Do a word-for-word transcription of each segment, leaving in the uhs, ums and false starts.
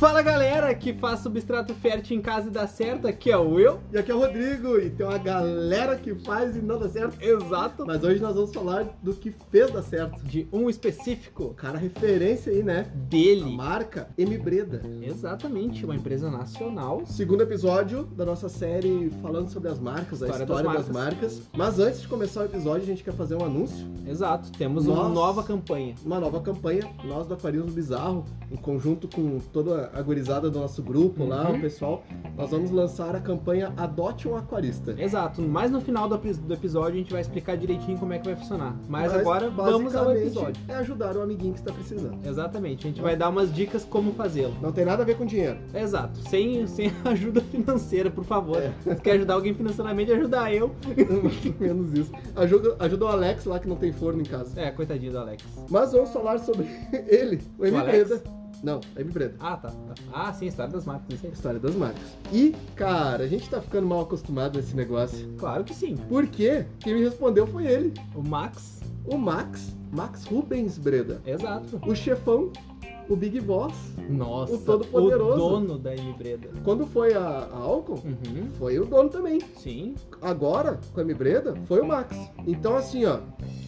Fala galera que faz substrato fértil em casa e dá certo, aqui é o Will. E aqui é o Rodrigo, e tem uma galera que faz e não dá certo. Exato. Mas hoje nós vamos falar do que fez dar certo. De um específico. O cara, referência aí, né? Dele. A marca M. Breda. Exatamente, uma empresa nacional. Segundo episódio da nossa série falando sobre as marcas, a História história das das marcas. Mas antes de começar o episódio, a gente quer fazer um anúncio. Exato, temos Nós- uma nova campanha. Uma nova campanha, nós do Aquarismo Bizarro, em conjunto com toda a gurizada do nosso grupo lá, Uhum. o pessoal, nós vamos lançar a campanha Adote um Aquarista. Exato, mas no final do, epi- do episódio a gente vai explicar direitinho como é que vai funcionar. Mas, Mas, agora vamos ao basicamente, episódio. É ajudar o amiguinho que está precisando. Exatamente, a gente vai dar umas dicas como fazê-lo. Não tem nada a ver com dinheiro. Exato, sem, sem ajuda financeira, por favor. É. Se quer ajudar alguém financeiramente, ajudar eu. Menos isso. Ajuda, ajuda o Alex lá que não tem forno em casa. É, coitadinho do Alex. Mas vamos falar sobre ele, o M. Alex? Breda. Não, M. Breda. Ah, tá. tá. Ah, sim, história das marcas, isso aí. História das marcas. E, cara, a gente tá ficando mal acostumado nesse negócio. Claro que sim. Porque quem me respondeu foi ele, O Max, o Max, Max Rubens Breda. exato. O chefão, o Big Boss. Nossa, O Todo-Poderoso. o dono da M. Breda. Quando foi a, a Alcon, Uhum, foi o dono também. sim. Agora, com a M. Breda, foi o Max. Então, assim, ó,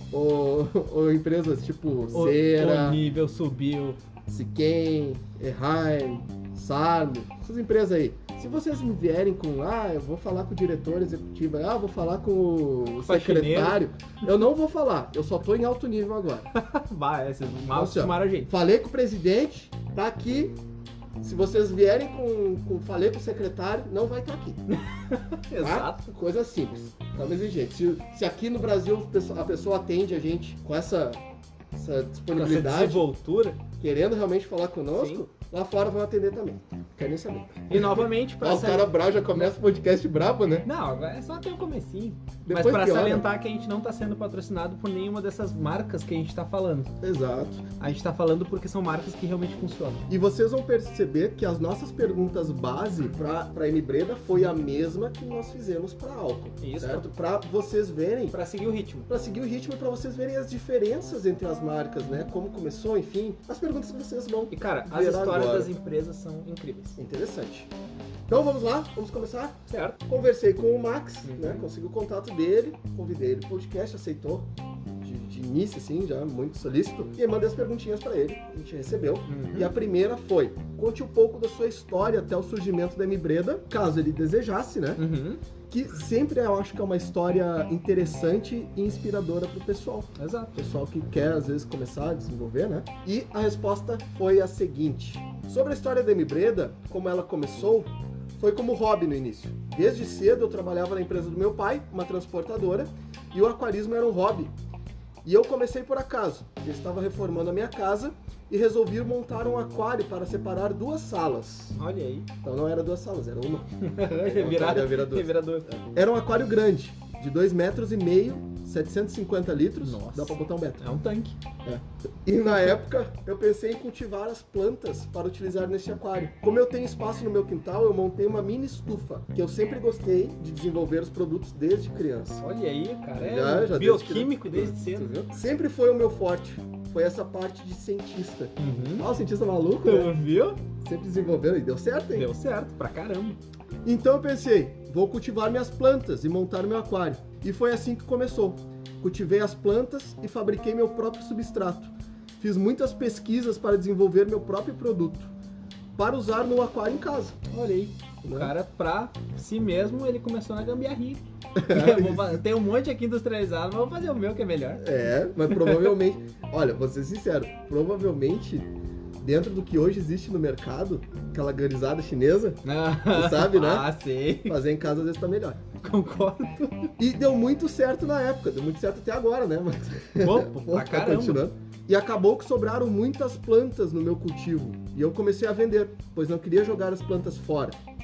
o, o empresas tipo O, Cera, o nível subiu. Siquem, Eheim, Sarno, essas empresas aí. Se vocês me vierem com, ah, eu vou falar com o diretor executivo, ah, eu vou falar com o Faxineiro. secretário, eu não vou falar, eu só tô em alto nível agora. Vai, esses mal Nossa, acostumaram a gente. Falei com o presidente, tá aqui. Se vocês vierem com, com falei com o secretário, não vai estar aqui. Tá? Exato. Coisa simples. Estamos exigentes. Se, se aqui no Brasil a pessoa- a pessoa atende a gente com essa, essa Com essa disponibilidade, desenvoltura. querendo realmente falar conosco, Sim. lá fora vão atender também. Quer nem saber. E novamente, pra Ó, o sali- cara bravo já começa o podcast brabo, né? Não, agora é só até o comecinho. Depois Mas pra piora. salientar que a gente não tá sendo patrocinado por nenhuma dessas marcas que a gente tá falando. Exato. A gente tá falando porque são marcas que realmente funcionam. E vocês vão perceber que as nossas perguntas base pra, pra M. Breda foi a mesma que nós fizemos pra Alcon. Isso. Certo? Pra vocês verem, Pra seguir o ritmo. pra seguir o ritmo e pra vocês verem as diferenças entre as marcas, né? Como começou, enfim. As perguntas que vocês vão E cara, as ver histórias agora. das empresas são incríveis. Interessante. Então vamos lá, vamos começar? Certo? Conversei com o Max, Uhum. né? Consegui o contato dele, convidei ele pro podcast, aceitou. De, de início, assim, já muito solícito. E eu mandei as perguntinhas pra ele, a gente recebeu. Uhum. E a primeira foi: conte um pouco da sua história até o surgimento da M. Breda, caso ele desejasse, né? Uhum. Que sempre eu acho que é uma história interessante e inspiradora pro pessoal. Exato. Pessoal que quer, às vezes, começar a desenvolver, né? E a resposta foi a seguinte: sobre a história da M. Breda, como ela começou, foi como hobby no início. Desde cedo eu trabalhava na empresa do meu pai, uma transportadora, e o aquarismo era um hobby. E eu comecei por acaso. Eu estava reformando a minha casa e resolvi montar um aquário para separar duas salas. Olha aí. Então não era duas salas, era uma. Revirado. Ia virar duas. Revirador. Era um aquário grande, de dois metros e meio, setecentos e cinquenta litros. Nossa. Dá para botar um beta. É um tanque. É. E na época eu pensei em cultivar as plantas para utilizar nesse aquário. Como eu tenho espaço no meu quintal, eu montei uma mini estufa, que eu sempre gostei de desenvolver os produtos desde criança. Olha aí, cara. É Já- já bioquímico desde desde, que- cedo. Tu viu? Sempre foi o meu forte. Foi essa parte de cientista. Uhum. Ah, o cientista maluco, né? Tu viu? Sempre desenvolveu e deu certo, hein? Deu certo, pra caramba. Então eu pensei, vou cultivar minhas plantas e montar meu aquário. E foi assim que começou. Cultivei as plantas e fabriquei meu próprio substrato. Fiz muitas pesquisas para desenvolver meu próprio produto, para usar no aquário em casa. Olha aí. O Né? cara, pra si mesmo, ele começou na gambiarria. É, Eu vou fa- Tem um monte aqui industrializado, mas vou fazer o meu que é melhor. É, mas provavelmente, olha, vou ser sincero, provavelmente dentro do que hoje existe no mercado, aquela garizada chinesa, tu sabe, né? Ah, sei. Fazer em casa às vezes tá melhor. Concordo. E deu muito certo na época, deu muito certo até agora, né? Mas Bom, Pô, pra tá caramba. continuando. E acabou que sobraram muitas plantas no meu cultivo. E eu comecei a vender, pois não queria jogar as plantas fora.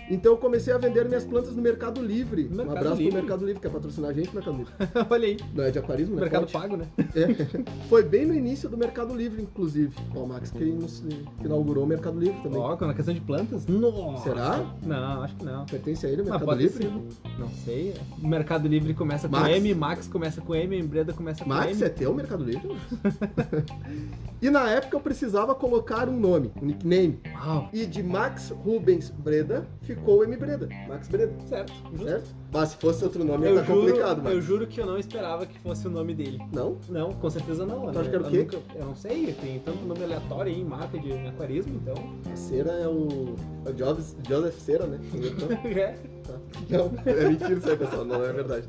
Então eu comecei a vender minhas plantas no Mercado Livre. Mercado um abraço Livre. pro Mercado Livre, que é patrocinar a gente, Mercado Livre. Olha aí. Não é de aquarismo, né? Mercado Pode. Pago, né? É. Foi bem no início do Mercado Livre, inclusive. Ó, o Max que, nos- que inaugurou o Mercado Livre também. Ó, na questão de plantas? Nossa. Será? Não, acho que não. Pertence a ele, o Mas Mercado pode Livre? ser. Não sei. O Mercado Livre começa com Max. M, Max começa com M, Embreda começa com Max M. é teu Mercado Livre? E na época eu precisava colocar um nome, um nickname. Uau. E de Max Rubens Breda ficou M Breda. Max Breda, Certo. Justo. certo? Mas se fosse outro nome ia Eu estar juro, complicado, eu mas. juro que eu não esperava que fosse o nome dele. Não? Não, com certeza não. Tu acha Eu- que era o eu quê? nunca- eu não sei, tem tanto nome aleatório aí em marca de aquarismo, então. A cera é o. É o Joseph, Joseph Cera, né? É. Tá. Não, é mentira isso aí, pessoal, não é verdade.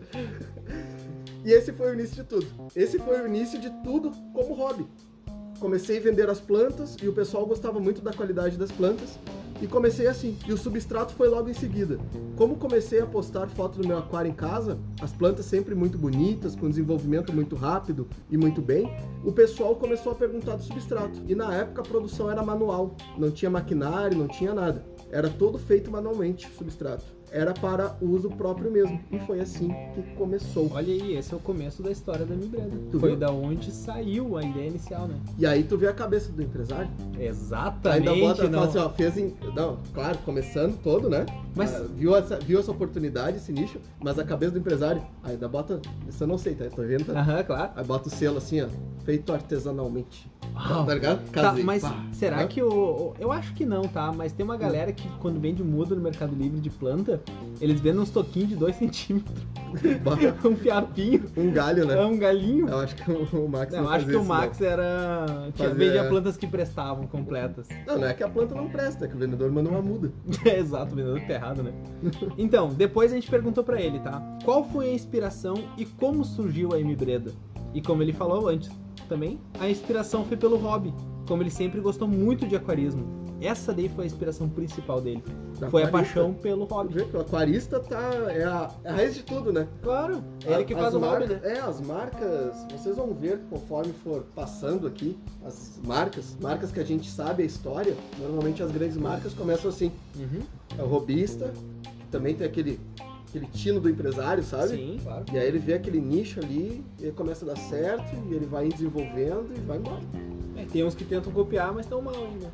E esse foi o início de tudo. Esse foi o início de tudo como hobby. Comecei a vender as plantas e o pessoal gostava muito da qualidade das plantas. E comecei assim. E o substrato foi logo em seguida. Como comecei a postar foto do meu aquário em casa, as plantas sempre muito bonitas, com desenvolvimento muito rápido e muito bem, o pessoal começou a perguntar do substrato. E na época a produção era manual. Não tinha maquinário, não tinha nada. Era todo feito manualmente, o substrato. Era para uso próprio mesmo. E foi assim que começou. Olha aí, esse é o começo da história da Embreda. Tu Foi viu? da onde saiu a ideia inicial, né? E aí tu vê a cabeça do empresário. Exatamente. Ainda bota, não. fala assim, ó, fez em... Não, claro, começando todo, né? Mas- Ah, viu, essa, viu essa oportunidade, esse nicho, mas a cabeça do empresário, ainda bota... Isso eu não sei, tá? Tô vendo, tá? Aham, claro. Aí bota o selo assim, ó, feito artesanalmente. Uau. Tá ligado? Tá, Casei. mas Pá. será Hã? que o, o- Eu acho que não, tá? Mas tem uma galera que quando vende muda no Mercado Livre de planta, eles vendem uns toquinhos de dois centímetros. Bota um fiapinho. um galho, né? É um galinho. Eu acho que o Max Não, não acho fazia que o isso, Max era. Tinha, Fazia- vendia plantas que prestavam, completas. Não. Não, não é que a planta não presta, é que o vendedor manda uma muda. É, exato, o vendedor tá errado, né? Então, depois a gente perguntou pra ele, tá? Qual foi a inspiração e como surgiu a Embreda? E como ele falou antes também, a inspiração foi pelo hobby. Como ele sempre gostou muito de aquarismo. Essa daí foi a inspiração principal dele. Da Foi a aquarista. paixão pelo Tu hobby. vê que o aquarista tá, é, a, é a raiz de tudo, né? Claro, é ele que As faz o hobby, marcas- né? É, as marcas, vocês vão ver conforme for passando aqui, as marcas, marcas que a gente sabe a história, normalmente as grandes marcas começam assim. Uhum. É o robista, que também tem aquele, aquele tino do empresário, sabe? Sim, claro. E aí ele vê aquele nicho ali, e ele começa a dar certo, e ele vai desenvolvendo e vai embora. É, tem uns que tentam copiar, mas estão mal ainda.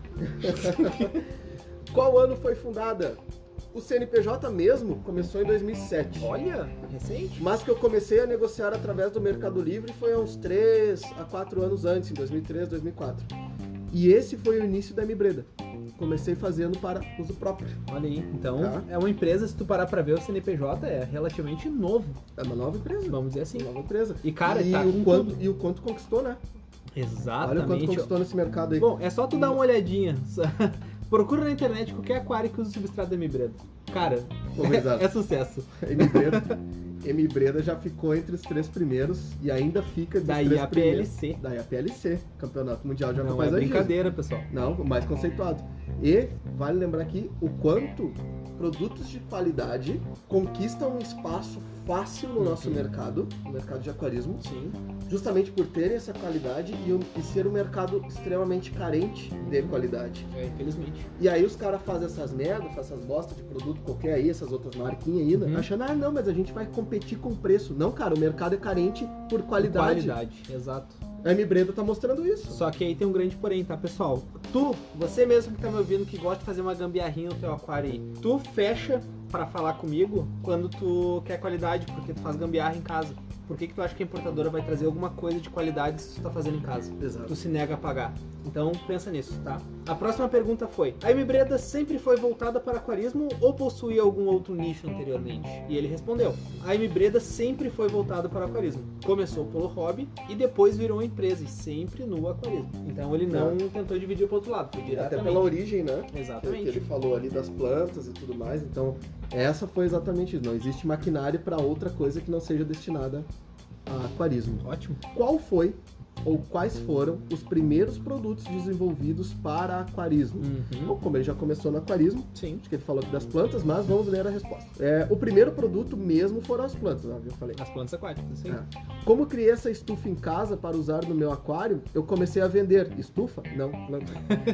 Qual ano foi fundada? O C N P J mesmo começou em dois mil e sete. Olha, recente. Mas que eu comecei a negociar através do Mercado Livre foi há uns três a quatro anos antes, em dois mil e três, dois mil e quatro. E esse foi o início da Embreda. Comecei fazendo para uso próprio. Olha aí. Então, Tá. é uma empresa, se tu parar pra ver, o C N P J é relativamente novo, É uma nova empresa. vamos dizer assim. Uma nova empresa. E, cara, e, tá o com quanto, tudo. e o quanto conquistou, né? Olha o quanto Exatamente. conquistou nesse mercado aí. Bom, é só tu dar uma olhadinha. Procura na internet qualquer aquário que usa substrato da Embreda. Cara, Pô, exato. é, é sucesso. M Breda, M Breda já ficou entre os três primeiros e ainda fica dos Daí três a primeiros. P L C. Daí a P L C, Campeonato Mundial de Não é Aquapaisagismo. brincadeira, pessoal. Não, o mais conceituado. E vale lembrar aqui o quanto produtos de qualidade conquistam um espaço fácil no nosso Uhum. mercado, no mercado de aquarismo, Sim. justamente por terem essa qualidade e, um- e ser um mercado extremamente carente de qualidade. É, infelizmente. E aí os caras fazem essas merdas, fazem essas bosta de produto qualquer aí, essas outras marquinhas aí, né? Uhum. Achando, ah, não, mas a gente vai competir com preço. Não, cara, o mercado é carente por qualidade. Qualidade, exato. A M Breda tá mostrando isso. Só que aí tem um grande porém, tá, pessoal? Tu, você mesmo que tá me ouvindo, que gosta de fazer uma gambiarrinha no teu aquário aí, tu fecha pra falar comigo quando tu quer qualidade, porque tu faz gambiarra em casa. Por que que tu acha que a importadora vai trazer alguma coisa de qualidade se tu tá fazendo em casa? Exato. Tu se nega a pagar. Então pensa nisso, tá? A próxima pergunta foi: a Embreda sempre foi voltada para aquarismo ou possuía algum outro nicho anteriormente? E ele respondeu: a Embreda sempre foi voltada para aquarismo. Começou pelo hobby e depois virou uma empresa, e sempre no aquarismo. Então ele não tentou dividir pro outro lado, foi Até diretamente. pela origem, né? Exatamente. Que ele falou ali das plantas e tudo mais. Então, essa foi exatamente isso. Não existe maquinário para outra coisa que não seja destinada a aquarismo. Ótimo. Qual foi ou quais foram os primeiros produtos desenvolvidos para aquarismo? Uhum. Bom, como ele já começou no aquarismo, Sim. acho que ele falou aqui das plantas, mas vamos ler a resposta. É, o primeiro produto mesmo foram as plantas, ó, eu falei. As plantas aquáticas, sim. É. Como criei essa estufa em casa para usar no meu aquário, eu comecei a vender. Estufa? Não, planta.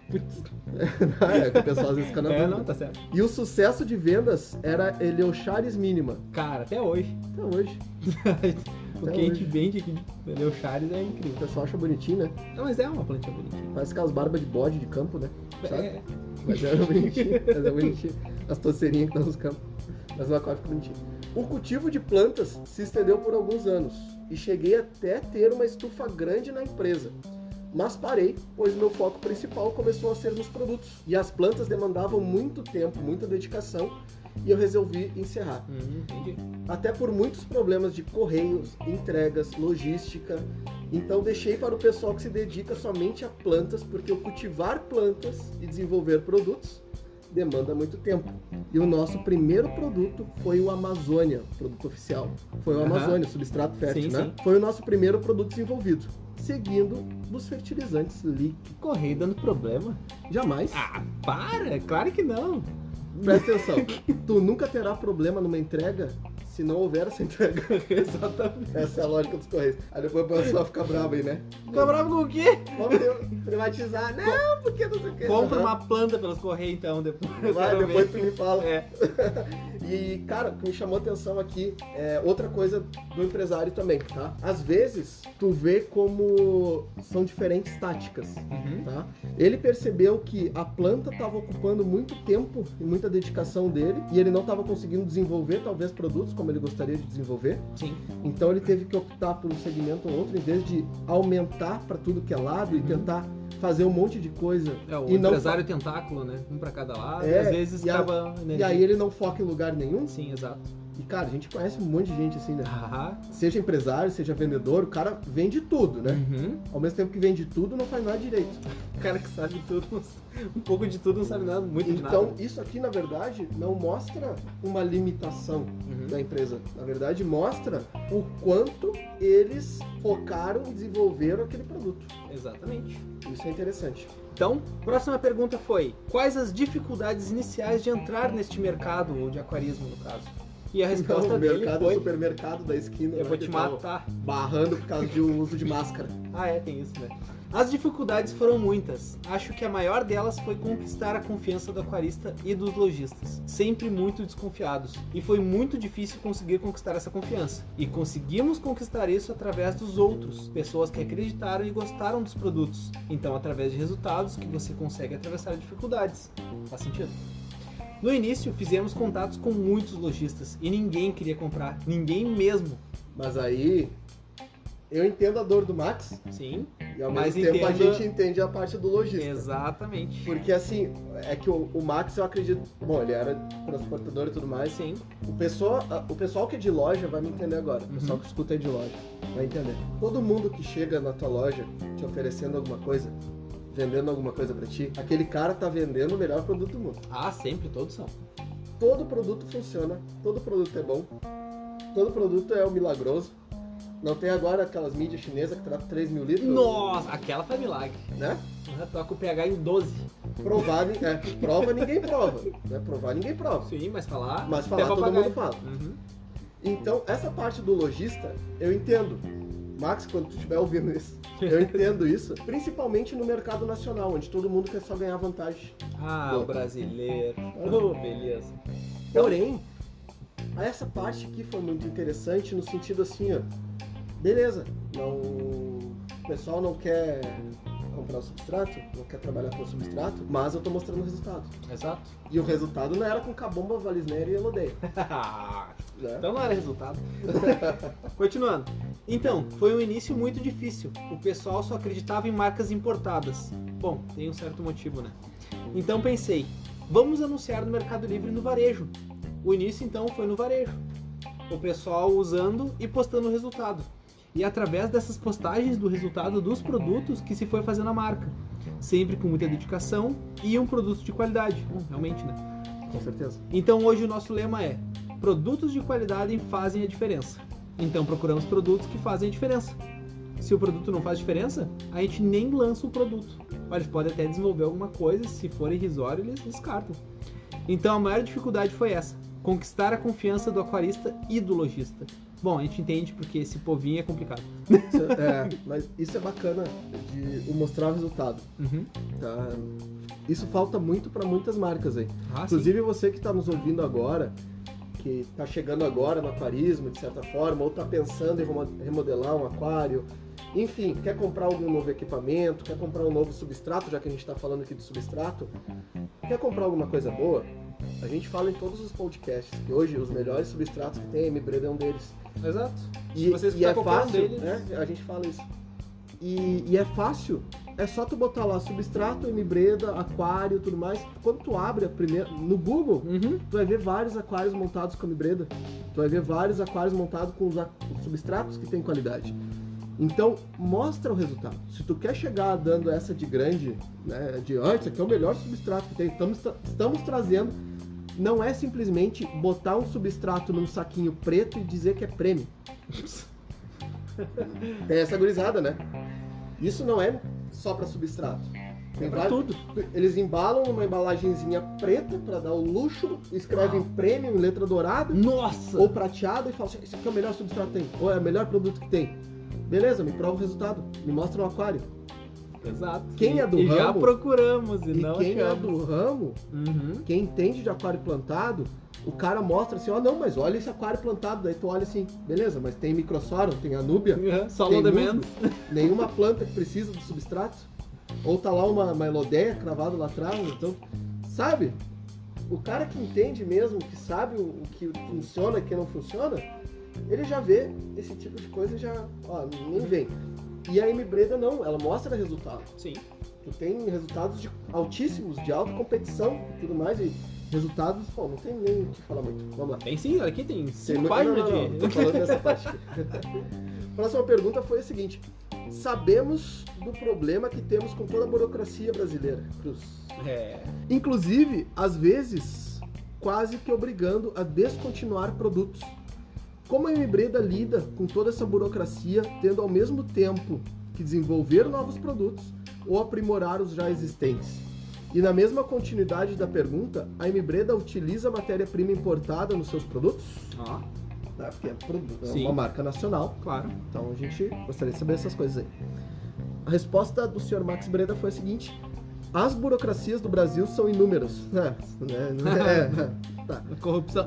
Putz. É que o pessoal às vezes fica na É, dúvida. não, tá certo. E o sucesso de vendas era Eleucharis mínima. Cara, até hoje. Até hoje. O Até que a gente hoje. vende aqui de Eleucharis é O incrível. pessoal acha bonitinho, né? Não, mas é uma plantinha bonitinha. Parece aquelas barbas de bode de campo, né? Sabe? É, Mas é bonitinho. Mas é bonitinho. As toceirinhas que estão nos campos. Mas o aquário fica bonitinho. O cultivo de plantas se estendeu por alguns anos. E cheguei até ter uma estufa grande na empresa. Mas parei, pois meu foco principal começou a ser nos produtos. E as plantas demandavam muito tempo, muita dedicação, e eu resolvi encerrar. Hum, entendi. Até por muitos problemas de correios, entregas, logística. Então deixei para o pessoal que se dedica somente a plantas, porque o cultivar plantas e desenvolver produtos demanda muito tempo. E o nosso primeiro produto foi o Amazônia, produto oficial. Foi o Aham. Amazônia, substrato fértil, Sim, né? sim. Foi o nosso primeiro produto desenvolvido. Seguindo dos fertilizantes líquidos. Correio dando problema? Jamais. Ah, para! Claro que não. Presta atenção. Tu nunca terá problema numa entrega se não houver essa entrega. Exatamente. Essa é a lógica dos correios. Aí depois o pessoal fica bravo aí, né? Fica bravo com o quê? Vamos privatizar. Não, porque não sei o que. Compra uma planta pelos correios então, depois. Vai, Quero depois ver. tu me fala. É. E, cara, o que me chamou a atenção aqui é outra coisa do empresário também, tá? Às vezes, tu vê como são diferentes táticas, Uhum. tá? Ele percebeu que a planta estava ocupando muito tempo e muita dedicação dele e ele não estava conseguindo desenvolver, talvez, produtos como ele gostaria de desenvolver. Sim. Então, ele teve que optar por um segmento ou outro, em vez de aumentar para tudo que é lado e Uhum. tentar fazer um monte de coisa. É, o e não empresário tentáculo, né? Um pra cada lado, É, às vezes e a- acaba E energia. aí ele não foca em lugar nenhum. Sim, exato. E, cara, a gente conhece um monte de gente assim, né? Ah, Seja empresário, seja vendedor, o cara vende tudo, né? uhum. Ao mesmo tempo que vende tudo, não faz nada direito. O cara que sabe tudo, um pouco de tudo, não sabe nada, muito de Então, nada. isso aqui, na verdade, não mostra uma limitação Uhum. da empresa. Na verdade, mostra o quanto eles focaram e desenvolveram aquele produto. Exatamente. Isso é interessante. Então, próxima pergunta foi: quais as dificuldades iniciais de entrar neste mercado, ou de aquarismo no caso? E a resposta Não, o dele mercado, foi: o supermercado da esquina. eu lá vou que te tá matar. Barrando por causa do uso de máscara. Ah, é, tem isso, né? As dificuldades foram muitas. Acho que a maior delas foi conquistar a confiança do aquarista e dos lojistas, sempre muito desconfiados. E foi muito difícil conseguir conquistar essa confiança. E conseguimos conquistar isso através dos outros, pessoas que acreditaram e gostaram dos produtos. Então, através de resultados que você consegue atravessar dificuldades. Faz sentido? No início, fizemos contatos com muitos lojistas e ninguém queria comprar, ninguém mesmo. Mas aí, eu entendo a dor do Max. Sim, E ao Mas mesmo tempo a entenda- gente entende a parte do lojista. exatamente. Porque assim, é que o, o Max, eu acredito, bom, ele era transportador e tudo mais. Sim. O pessoal, a- o pessoal que é de loja vai me entender agora. O pessoal Uhum. que escuta é de loja vai entender. Todo mundo que chega na tua loja te oferecendo alguma coisa, vendendo alguma coisa pra ti, aquele cara tá vendendo o melhor produto do mundo. Ah, sempre, todos são. Todo produto funciona, todo produto é bom, todo produto é o milagroso. Não tem agora aquelas mídias chinesas que tratam três mil litros, Nossa, aquela foi milagre. né? Ela toca o pH em doze. Provar, ni- é, prova ninguém prova, né? Provar ninguém prova. Sim, mas falar. Mas até falar todo papagaio. mundo fala. Uhum. Então, essa parte do lojista, eu entendo. Max, quando tu estiver ouvindo isso, eu entendo isso, principalmente no mercado nacional, onde todo mundo quer só ganhar vantagem. Ah, Boa. o brasileiro. Oh, beleza. Porém, essa parte aqui foi muito interessante no sentido assim, ó, beleza, não, o pessoal não quer comprar o substrato, não quer trabalhar com o substrato, mas eu tô mostrando o resultado. Exato. E o resultado não era com Cabomba, Valisneira e Elodeia, né? Então não era resultado. Continuando. Então, foi um início muito difícil. O pessoal só acreditava em marcas importadas. Bom, tem um certo motivo, né? Então pensei, vamos anunciar no Mercado Livre e no varejo. O início então foi no varejo. O pessoal usando e postando o resultado. E através dessas postagens do resultado dos produtos que se foi fazendo a marca. Sempre com muita dedicação e um produto de qualidade. Hum, realmente, né? Com certeza. Então hoje o nosso lema é: produtos de qualidade fazem a diferença. Então procuramos produtos que fazem a diferença. Se o produto não faz diferença, a gente nem lança o produto. Eles podem até desenvolver alguma coisa, se for irrisório, eles descartam. Então a maior dificuldade foi essa: conquistar a confiança do aquarista e do lojista. Bom, a gente entende porque esse povinho é complicado. Isso é, mas isso é bacana de mostrar o resultado. Uhum. Tá? Isso falta muito para muitas marcas aí. Ah, Inclusive sim. Você que está nos ouvindo agora, que está chegando agora no aquarismo, de certa forma, ou está pensando em remodelar um aquário, enfim, quer comprar algum novo equipamento, quer comprar um novo substrato, já que a gente está falando aqui de substrato, quer comprar alguma coisa boa, a gente fala em todos os podcasts, que hoje os melhores substratos que tem, a M-Breda é um deles. Exato. E, Se vocês e é comprar fácil, um deles... né? A gente fala isso. E, e é fácil, é só tu botar lá substrato, M-Breda, aquário, tudo mais. Quando tu abre a primeira, no Google, Uhum. tu vai ver vários aquários montados com M-Breda. Tu vai ver vários aquários montados com os, a- os substratos que tem qualidade. Então, mostra o resultado. Se tu quer chegar dando essa de grande, né, de antes, aqui é o melhor substrato que tem, estamos, tra- estamos trazendo, não é simplesmente botar um substrato num saquinho preto e dizer que é prêmio. Tem essa gurizada, né? Isso não é só para substrato. Tem pra vários- tudo. Eles embalam numa embalagenzinha preta para dar o luxo, escrevem prêmio em letra dourada Nossa! ou prateado e falam assim, esse aqui é o melhor substrato que tem, ou é o melhor produto que tem. Beleza, me prova o resultado, me mostra o aquário. Exato. Quem é do e ramo... já procuramos e, E não quem é achamos. do ramo, Uhum. quem entende de aquário plantado, o cara mostra assim, ó, não, mas olha esse aquário plantado, daí tu olha assim, beleza, mas tem Microsorum, tem Anúbia, Uhum. Só tem no demand. musgo, nenhuma planta que precisa de substrato, ou tá lá uma, uma elodeia cravada lá atrás, então, sabe? O cara que entende mesmo, que sabe o, o que funciona e o que não funciona, ele já vê esse tipo de coisa e já, ó, nem vem. E a M-Breda não, ela mostra resultado. Sim. Tu tem resultados de altíssimos, de alta competição e tudo mais, e resultados, pô, não tem nem o que falar muito. Vamos lá. Tem sim, aqui tem Tem cinco muito- páginas não, não, de... não, tô falando dessa parte aqui. Próxima pergunta foi a seguinte: sabemos do problema que temos com toda a burocracia brasileira, Cruz. É. Inclusive, às vezes, quase que obrigando a descontinuar produtos. Como a M-Breda lida com toda essa burocracia, tendo ao mesmo tempo que desenvolver novos produtos ou aprimorar os já existentes? E na mesma continuidade da pergunta, a M-Breda utiliza matéria-prima importada nos seus produtos? Ó, Né? Porque é, produto, é Sim. uma marca nacional, claro. então a gente gostaria de saber essas coisas aí. A resposta do senhor Max Breda foi a seguinte: as burocracias do Brasil são inúmeras. É, né? É, tá. Corrupção.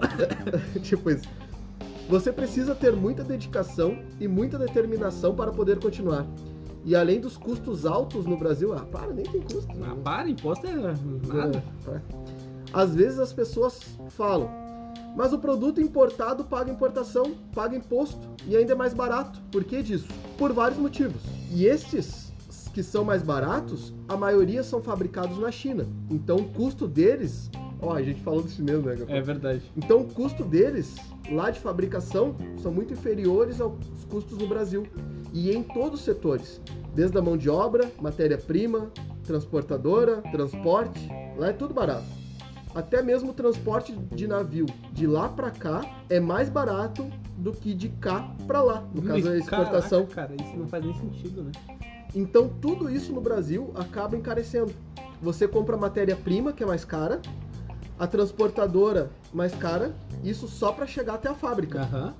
Tipo isso. Você precisa ter muita dedicação e muita determinação para poder continuar. E além dos custos altos no Brasil, ah, para, nem tem custo. Ah, para, imposto é nada. É, é. Às vezes as pessoas falam, mas o produto importado paga importação, paga imposto e ainda é mais barato. Por que disso? Por vários motivos. E estes que são mais baratos, a maioria são fabricados na China. Então o custo deles... Ó, a gente falou disso mesmo, né, Gabriel? É verdade. Então o custo deles, lá de fabricação, são muito inferiores aos custos no Brasil. E em todos os setores. Desde a mão de obra, matéria-prima, transportadora, transporte, lá é tudo barato. Até mesmo o transporte de navio de lá pra cá é mais barato do que de cá pra lá, no caso da exportação. Caraca, cara, isso não faz nem sentido, né? Então tudo isso no Brasil acaba encarecendo. Você compra matéria-prima, que é mais cara, a transportadora mais cara, isso só para chegar até a fábrica. Aham.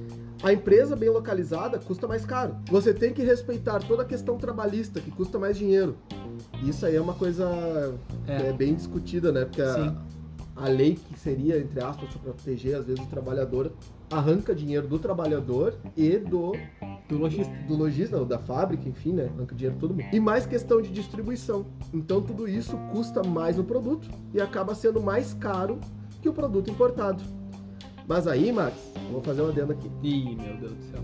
A empresa bem localizada custa mais caro. Você tem que respeitar toda a questão trabalhista, que custa mais dinheiro. Isso aí é uma coisa É. que é bem discutida, né? Porque a, Sim. a lei que seria, entre aspas, para proteger, às vezes, o trabalhador, arranca dinheiro do trabalhador e do Do lojista. do lojista, ou da fábrica, enfim, né? Arranca dinheiro de todo mundo. E mais questão de distribuição. Então tudo isso custa mais no produto e acaba sendo mais caro que o produto importado. Mas aí, Max, eu vou fazer uma adendo aqui. Ih, meu Deus do céu.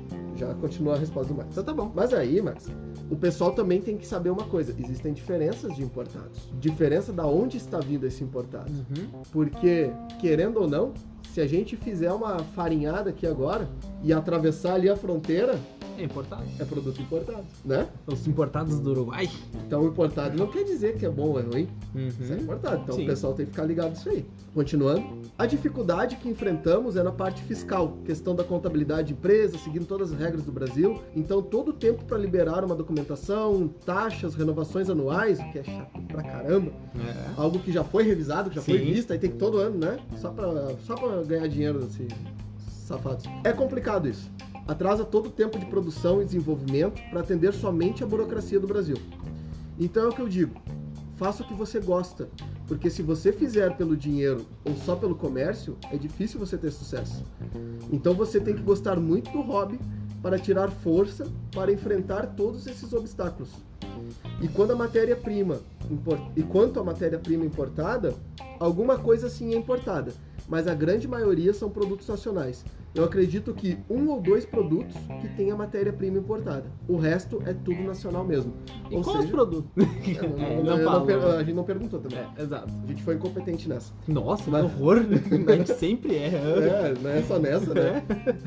Já continua a resposta do Max. Então tá bom. Mas aí, Max, o pessoal também tem que saber uma coisa. Existem diferenças de importados. Diferença da onde está vindo esse importado. Uhum. Porque, querendo ou não, se a gente fizer uma farinhada aqui agora e atravessar ali a fronteira, É importado. é produto importado, né? Os importados do Uruguai. Então, o importado não quer dizer que é bom ou é ruim. Isso é Uhum. importado. Então, Sim. o pessoal tem que ficar ligado nisso aí. Continuando. A dificuldade que enfrentamos é na parte fiscal. Questão da contabilidade de empresa, seguindo todas as regras do Brasil. Então, todo o tempo para liberar uma documentação, taxas, renovações anuais, o que é chato pra caramba. É. Algo que já foi revisado, que já foi Sim. visto, aí tem que todo ano, né? Só pra, só pra ganhar dinheiro, assim, safados. É complicado isso. Atrasa todo o tempo de produção e desenvolvimento para atender somente a burocracia do Brasil. Então é o que eu digo. faça o que você gosta. Porque se você fizer pelo dinheiro ou só pelo comércio, é difícil você ter sucesso. Então você tem que gostar muito do hobby para tirar força para enfrentar todos esses obstáculos. E quando a matéria-prima e quanto à matéria-prima importada, alguma coisa sim é importada, mas a grande maioria são produtos nacionais. Eu acredito que um ou dois produtos que tenha matéria-prima importada. O resto é tudo nacional mesmo. E ou qual seja, os produtos? é, não, não eu falo. não per- a gente não perguntou também. É, exato. A gente foi incompetente nessa. Nossa, que horror. A gente sempre é. É, não é só nessa, né?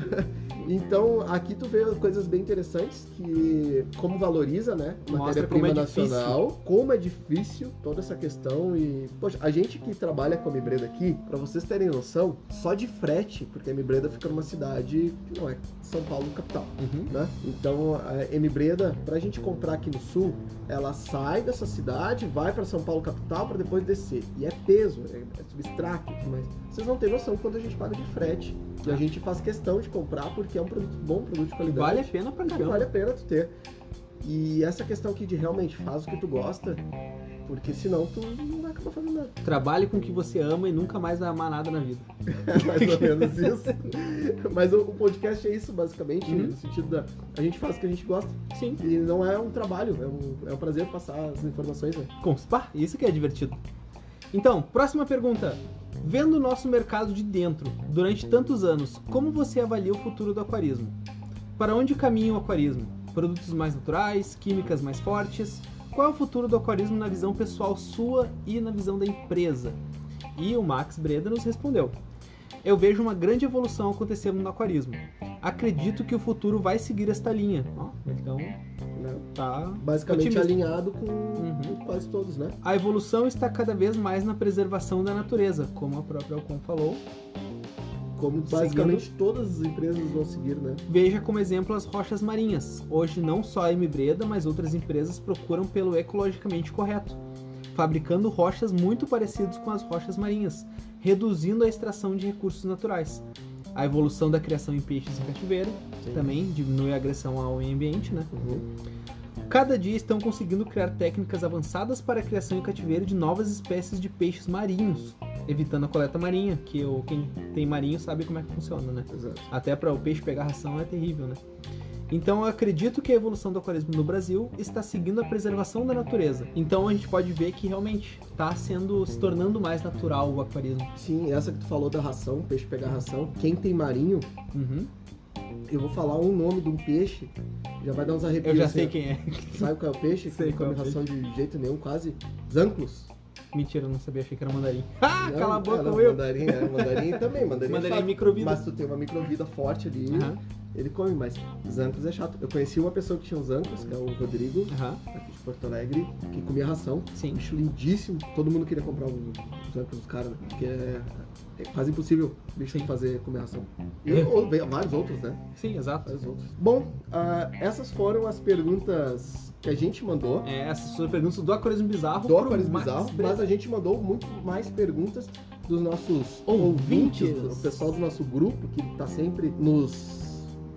Então, aqui tu vê coisas bem interessantes que como valoriza, né, Mostra matéria-prima como é nacional, como é difícil toda essa questão e, poxa, a gente que trabalha com a Mibreda aqui, pra vocês terem noção, só de frete, porque a Mibreda fica numa cidade que não é São Paulo capital, Uhum. né? Então, a Mibreda, pra gente comprar aqui no sul, ela sai dessa cidade, vai pra São Paulo capital pra depois descer. E é peso, é, é substrato, mas vocês não têm noção quanto a gente paga de frete. E a gente faz questão de comprar porque é um produto bom, produto de qualidade. Vale a pena pra que caramba. vale a pena tu ter. E essa questão aqui de realmente faz o que tu gosta, porque senão tu não vai acabar fazendo nada. Trabalhe com o que você ama e nunca mais vai amar nada na vida. É mais ou menos isso. Mas o, o podcast é isso, basicamente, Uhum. no sentido da... A gente faz o que a gente gosta. Sim. E não é um trabalho, é um, é um prazer passar as informações, né? Com spa, isso que é divertido. Então, próxima pergunta. Vendo o nosso mercado de dentro durante tantos anos, como você avalia o futuro do aquarismo? Para onde caminha o aquarismo? Produtos mais naturais, químicas mais fortes? Qual é o futuro do aquarismo na visão pessoal sua e na visão da empresa? E o Max Breda nos respondeu. Eu vejo uma grande evolução acontecendo no aquarismo. Acredito que o futuro vai seguir esta linha. Ó, então, Né? tá Basicamente otimista. alinhado com Uhum. quase todos, né? A evolução está cada vez mais na preservação da natureza, como a própria Alcon falou. Como basicamente todas as empresas vão seguir, né? Veja como exemplo as rochas marinhas. Hoje não só a M-Breda, mas outras empresas procuram pelo ecologicamente correto, fabricando rochas muito parecidas com as rochas marinhas, reduzindo a extração de recursos naturais. A evolução da criação em peixes em cativeiro Sim. também diminui a agressão ao meio ambiente, né? Uhum. Cada dia estão conseguindo criar técnicas avançadas para a criação em cativeiro de novas espécies de peixes marinhos, evitando a coleta marinha, que o, quem tem marinho sabe como é que funciona, né? Exato. Até para o peixe pegar ração é terrível, né? Então eu acredito que a evolução do aquarismo no Brasil está seguindo a preservação da natureza. Então a gente pode ver que realmente está sendo, se tornando mais natural o aquarismo. Sim, essa que tu falou da ração, peixe pegar ração. Quem tem marinho, Uhum. eu vou falar um nome de um peixe, já vai dar uns arrepios. Eu já assim, sei ó. quem é. Sabe qual é o peixe? Sei que qual não é o come ração de jeito nenhum, quase. Zanclos. Mentira, eu não sabia, achei que era mandarim. Ah, Não, cala a boca, é, não, Will! Mandarim, é, mandarim também, mandarim, Mandarim é é chato, microvida. Mas tu tem uma microvida forte ali, Aham, ele come, mas zancos é chato. Eu conheci uma pessoa que tinha os zancos, que é o Rodrigo, aham, aqui de Porto Alegre, que comia ração. sim. Bicho lindíssimo. Todo mundo queria comprar um zancos dos caras, né? Porque é, é quase impossível o bicho Sim. fazer comer ração. E É. ou- vários outros, né? Sim, exato. Vários outros. Bom, ah, essas foram as perguntas que a gente mandou. É, essas são as perguntas do Aquarismo Bizarro. Do pro Aquarismo Max Bizarro, Breda. mas a gente mandou muito mais perguntas dos nossos Ouvintes. ouvintes, o pessoal do nosso grupo que tá sempre nos...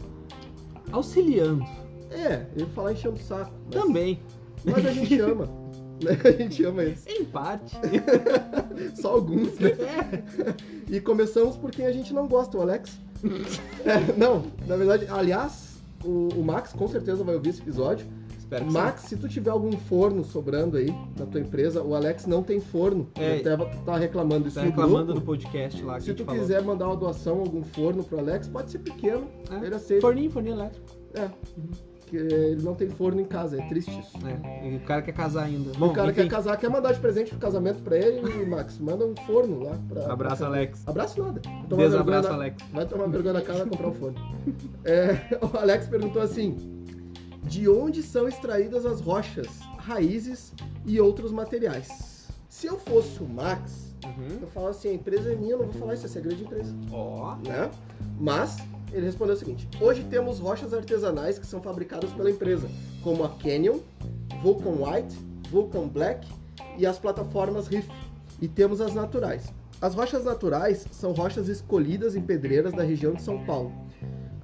Auxiliando. É, eu ia falar enchendo o saco. Mas, Também. Mas a gente ama. Né? A gente ama eles. Em parte. Só alguns, né? É. E começamos por quem a gente não gosta, o Alex. É, não, na verdade, aliás, o, o Max com certeza vai ouvir esse episódio. Espero que Max, se tu tiver algum forno sobrando aí na tua empresa, o Alex não tem forno. É. Ele até tá reclamando isso Tá no reclamando grupo. no podcast lá que Se a gente tu falou. quiser mandar uma doação, algum forno pro Alex, pode ser pequeno, É. ele aceita. Forninho, forninho elétrico. É, que ele não tem forno em casa, é triste isso. É. E o cara quer casar ainda. Bom, o cara enfim. quer casar, quer mandar de presente pro casamento pra ele, e Max, manda um forno lá. Pra, Abraço, pra... Alex. Abraço nada. Tomar Desabraço, vergonha na- Alex. Vai tomar vergonha na cara e vai comprar um forno. É, o Alex perguntou assim, de onde são extraídas as rochas, raízes e outros materiais? Se eu fosse o Max, Uhum. eu falo assim, a empresa é minha, eu não vou falar isso, é segredo de empresa. Ó. Né? Mas ele respondeu o seguinte: hoje temos rochas artesanais que são fabricadas pela empresa, como a Canyon, Vulcan White, Vulcan Black e as plataformas Reef. E temos as naturais. As rochas naturais são rochas escolhidas em pedreiras da região de São Paulo.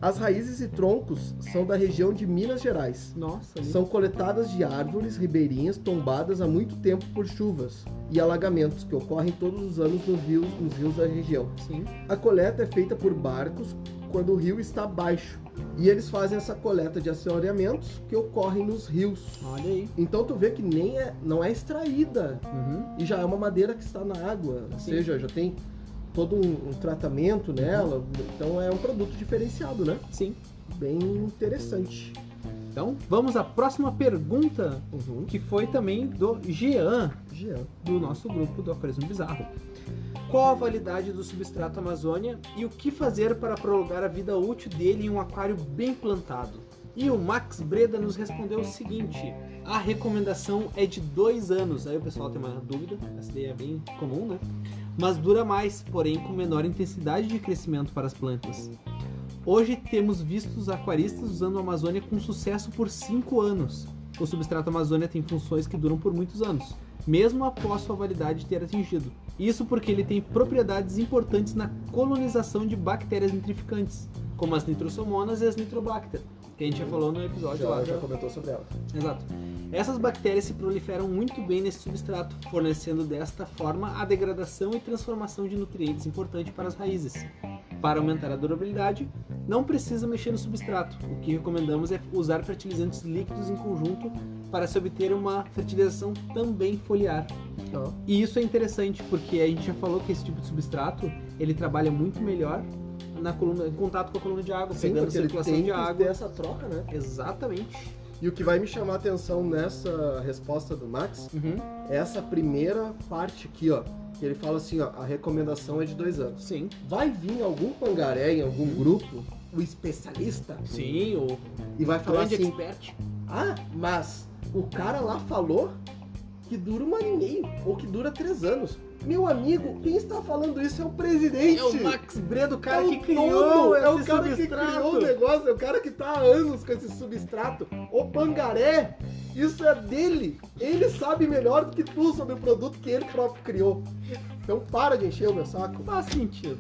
As raízes e troncos são da região de Minas Gerais. Nossa, ali. São coletadas de árvores ribeirinhas tombadas há muito tempo por chuvas e alagamentos que ocorrem todos os anos nos rios, nos rios da região. Sim. A coleta é feita por barcos quando o rio está baixo. E eles fazem essa coleta de assoreamentos que ocorrem nos rios. Olha aí. Então tu vê que nem é, não é extraída. Uhum. E já é uma madeira que está na água. Ou Sim. seja, já tem todo um, um tratamento nela. Uhum. Então é um produto diferenciado, né? Sim. Bem interessante. Então, vamos à próxima pergunta, Uhum. que foi também do Jean, Jean. do nosso grupo do Aquarismo Bizarro. Qual a validade do substrato Amazônia e o que fazer para prolongar a vida útil dele em um aquário bem plantado? E o Max Breda nos respondeu o seguinte: a recomendação é de dois anos. Aí o pessoal tem uma dúvida, essa daí é bem comum, né? Mas dura mais, porém com menor intensidade de crescimento para as plantas. Hoje temos visto os aquaristas usando a Amazônia com sucesso por cinco anos. O substrato Amazônia tem funções que duram por muitos anos, mesmo após sua validade ter atingido. Isso porque ele tem propriedades importantes na colonização de bactérias nitrificantes, como as nitrosomonas e as nitrobacter, que a gente já falou no episódio Já, lá. já comentou sobre ela. Exato. Essas bactérias se proliferam muito bem nesse substrato, fornecendo desta forma a degradação e transformação de nutrientes importantes para as raízes. Para aumentar a durabilidade, não precisa mexer no substrato. O que recomendamos é usar fertilizantes líquidos em conjunto para se obter uma fertilização também foliar. Ó. E isso é interessante porque a gente já falou que esse tipo de substrato ele trabalha muito melhor na coluna, em contato com a coluna de água, Sim, pegando porque ele circulação tem de que água. ter essa troca, né? Exatamente. E o que vai me chamar a atenção nessa resposta do Max Uhum. é essa primeira parte aqui, ó. Que ele fala assim, ó, a recomendação é de dois anos. Sim. Vai vir algum pangaré em algum grupo, o especialista, Sim, o e vai falar grande assim, expert. ah, mas o cara lá falou que dura um ano e meio, ou que dura três anos. Meu amigo, quem está falando isso é o presidente. É o Max Breda, o cara É o que criou dono, é o esse cara que substrato. criou o negócio, é o cara que tá há anos com esse substrato. O pangaré, isso é dele. Ele sabe melhor do que tu sobre o produto que ele próprio criou. Então para de encher o meu saco. Faz sentido.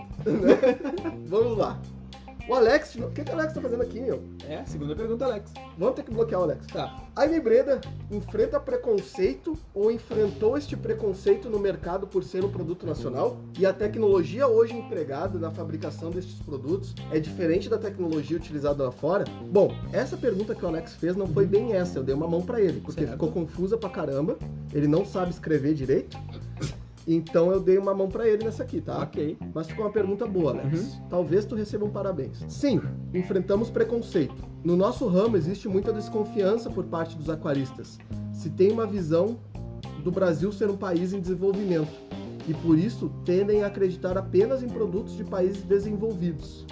Vamos lá. O Alex, o que, que o Alex tá fazendo aqui, meu? É, segunda pergunta, Alex. Vamos ter que bloquear o Alex. Tá. A Amy Breda enfrenta preconceito ou enfrentou este preconceito no mercado por ser um produto nacional? E a tecnologia hoje empregada na fabricação destes produtos é diferente da tecnologia utilizada lá fora? Bom, essa pergunta que o Alex fez não foi bem essa, eu dei uma mão pra ele, porque Certo. ficou confusa pra caramba, ele não sabe escrever direito, então eu dei uma mão pra ele nessa aqui, tá? Ok. Mas ficou uma pergunta boa, Alex. Talvez tu receba um parabéns. Sim, enfrentamos preconceito. No nosso ramo existe muita desconfiança por parte dos aquaristas. Se tem uma visão do Brasil ser um país em desenvolvimento e por isso tendem a acreditar apenas em produtos de países desenvolvidos.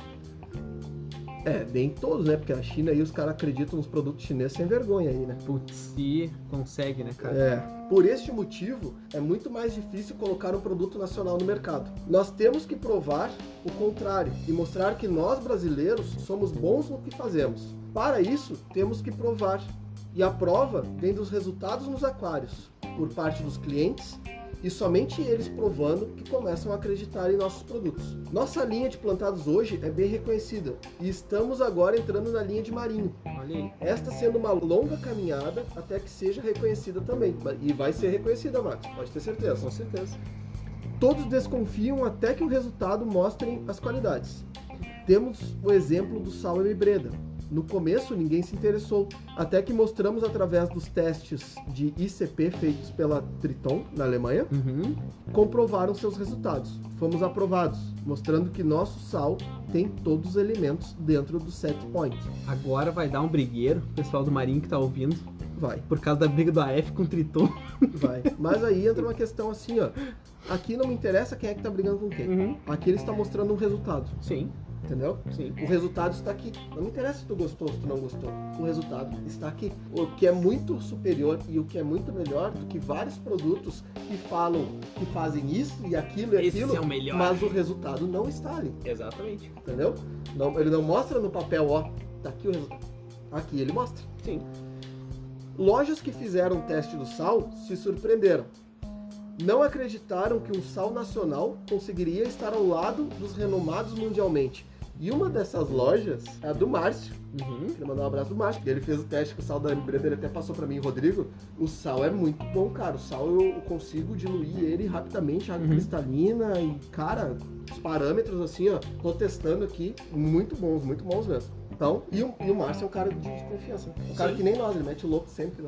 É, nem todos, né? Porque a China aí os caras acreditam nos produtos chineses sem vergonha aí, né? Putz, e consegue, né, cara? É. Por este motivo, é muito mais difícil colocar um produto nacional no mercado. Nós temos que provar o contrário e mostrar que nós brasileiros somos bons no que fazemos. Para isso, temos que provar. E a prova vem dos resultados nos aquários, por parte dos clientes, e somente eles provando que começam a acreditar em nossos produtos. Nossa linha de plantados hoje é bem reconhecida e estamos agora entrando na linha de marinho. Olha aí. Esta sendo uma longa caminhada até que seja reconhecida também. E vai ser reconhecida, Max, pode ter certeza. Com certeza. Todos desconfiam até que o resultado mostre as qualidades. Temos o exemplo do sal Amy Breda. No começo ninguém se interessou, até que mostramos através dos testes de I C P feitos pela Triton, na Alemanha, Uhum. comprovaram seus resultados. Fomos aprovados, mostrando que nosso sal tem todos os elementos dentro do set point. Agora vai dar um brigueiro, o pessoal do Marinho que tá ouvindo, Vai, por causa da briga do A F com o Triton. vai. Mas aí entra uma questão assim, ó. Aqui não me interessa quem é que tá brigando com quem. Uhum. Aqui ele está mostrando um resultado, Sim, entendeu? sim. O resultado está aqui. Não me interessa se tu gostou ou se tu não gostou. O resultado está aqui. O que é muito superior e o que é muito melhor do que vários produtos que falam que fazem isso e aquilo e Esse aquilo, é o melhor. mas o resultado não está ali, Exatamente. entendeu? Não, ele não mostra no papel, ó, tá aqui o resultado. Aqui ele mostra. Sim. Lojas que fizeram o teste do sal se surpreenderam. Não acreditaram que um sal nacional conseguiria estar ao lado dos renomados mundialmente E uma dessas lojas é a do Márcio. Uhum. Queria mandar um abraço do Márcio. Ele fez o teste com o sal da M-Breda, ele até passou pra mim, Rodrigo. O sal é muito bom, cara. O sal eu consigo diluir ele rapidamente, água Uhum. cristalina e, cara, os parâmetros assim, ó, tô testando aqui, muito bons, muito bons mesmo. Então, e o, e o Márcio é um cara de, de confiança. Um cara Sim. que nem nós, ele mete o louco sempre lá.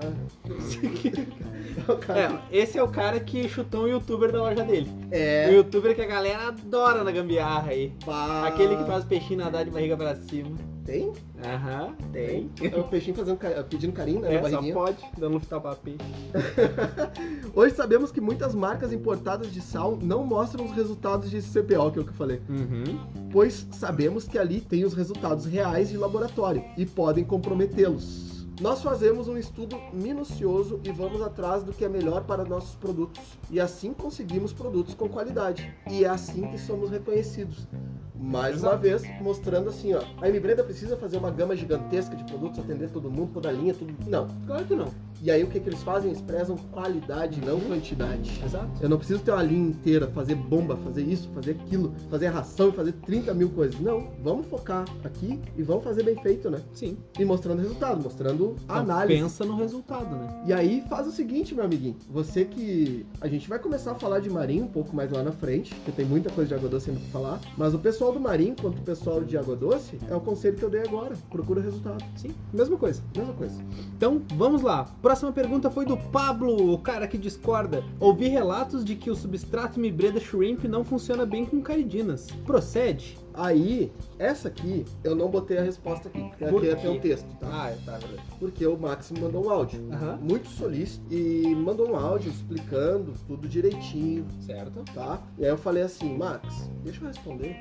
É um cara É, esse é o cara que chutou um youtuber da loja dele. que... É... O youtuber que a galera adora na gambiarra aí. Pá... Aquele que faz o peixinho nadar de barriga pra cima. Tem? Aham, tem. É o peixinho fazendo, ca- pedindo carinho, né, É, na só barriguinha. pode, dando luftar pra peixe. Hoje sabemos que muitas marcas importadas de sal não mostram os resultados de C P O, que é o que eu falei. Uhum. Pois sabemos que ali tem os resultados reais de laboratório e podem comprometê-los. Nós fazemos um estudo minucioso e vamos atrás do que é melhor para nossos produtos. E assim conseguimos produtos com qualidade. E é assim que somos reconhecidos. Mais uma vez, mostrando assim, ó. A M-Breda precisa fazer uma gama gigantesca de produtos, atender todo mundo, toda a linha, tudo. Não. Claro que não. E aí o que, que eles fazem? Eles prezam qualidade, não quantidade. Exato. Eu não preciso ter uma linha inteira, fazer bomba, fazer isso, fazer aquilo, fazer ração e fazer trinta mil coisas. Não, vamos focar aqui e vamos fazer bem feito, né? Sim. E mostrando resultado, mostrando a Então, análise. pensa no resultado, né? E aí faz o seguinte, meu amiguinho. Você que... A gente vai começar a falar de marinho um pouco mais lá na frente, porque tem muita coisa de água doce ainda pra falar. Mas o pessoal do marinho, quanto o pessoal de água doce, é o conselho que eu dei agora. Procura resultado. Sim, mesma coisa. Mesma coisa. Então, vamos lá. Próxima pergunta foi do Pablo, o cara que discorda. Ouvi relatos de que o substrato M-Breda Shrimp não funciona bem com caridinas. Procede? Aí, essa aqui, eu não botei a resposta aqui, porque Por aqui quê? tem um texto, tá? Ah, tá, verdade. Porque o Max me mandou um áudio, Aham. muito solícito, e mandou um áudio explicando tudo direitinho, Certo. tá? E aí eu falei assim, Max, deixa eu responder.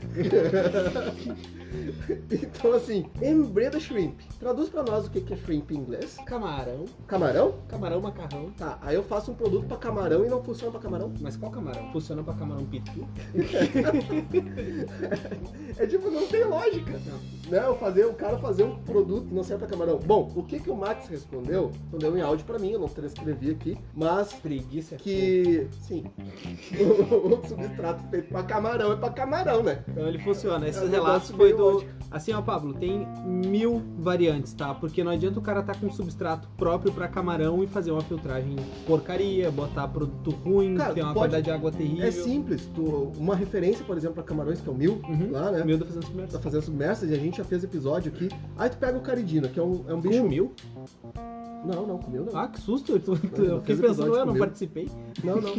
Então assim, M-Breda Shrimp, traduz pra nós o que que é shrimp em inglês. Camarão. Camarão? Camarão, macarrão. Tá, aí eu faço um produto pra camarão e não funciona pra camarão. Mas qual camarão? Funciona pra camarão pitu? É tipo, não tem lógica. Não. Né? Eu fazer, o cara fazer um produto que não serve pra camarão. Bom, o que que o Max respondeu? Respondeu em áudio pra mim, eu não transcrevi aqui, mas Preguiça. que, sim, o, o substrato feito pra camarão é pra camarão, né? Então ele funciona. Esse É um relato negócio foi meio do... lógico. Assim, ó, Pablo, tem mil variantes, tá? Porque não adianta o cara tá com um substrato próprio pra camarão e fazer uma filtragem porcaria, botar produto ruim, Cara, ter tu uma pode- qualidade de água terrível. É simples, tu, uma referência, por exemplo, pra camarões, que é o Mil, Uhum. lá, né? Mil tá fazendo submerso. Tá fazendo submersas e a gente já fez episódio aqui. Aí tu pega o caridina, que é um, é um bicho... Com mil? Não, não, comeu não. Ah, que susto! Eu, tô- eu Não, fiquei fez pensando, episódio eu não comigo. participei. Não, não.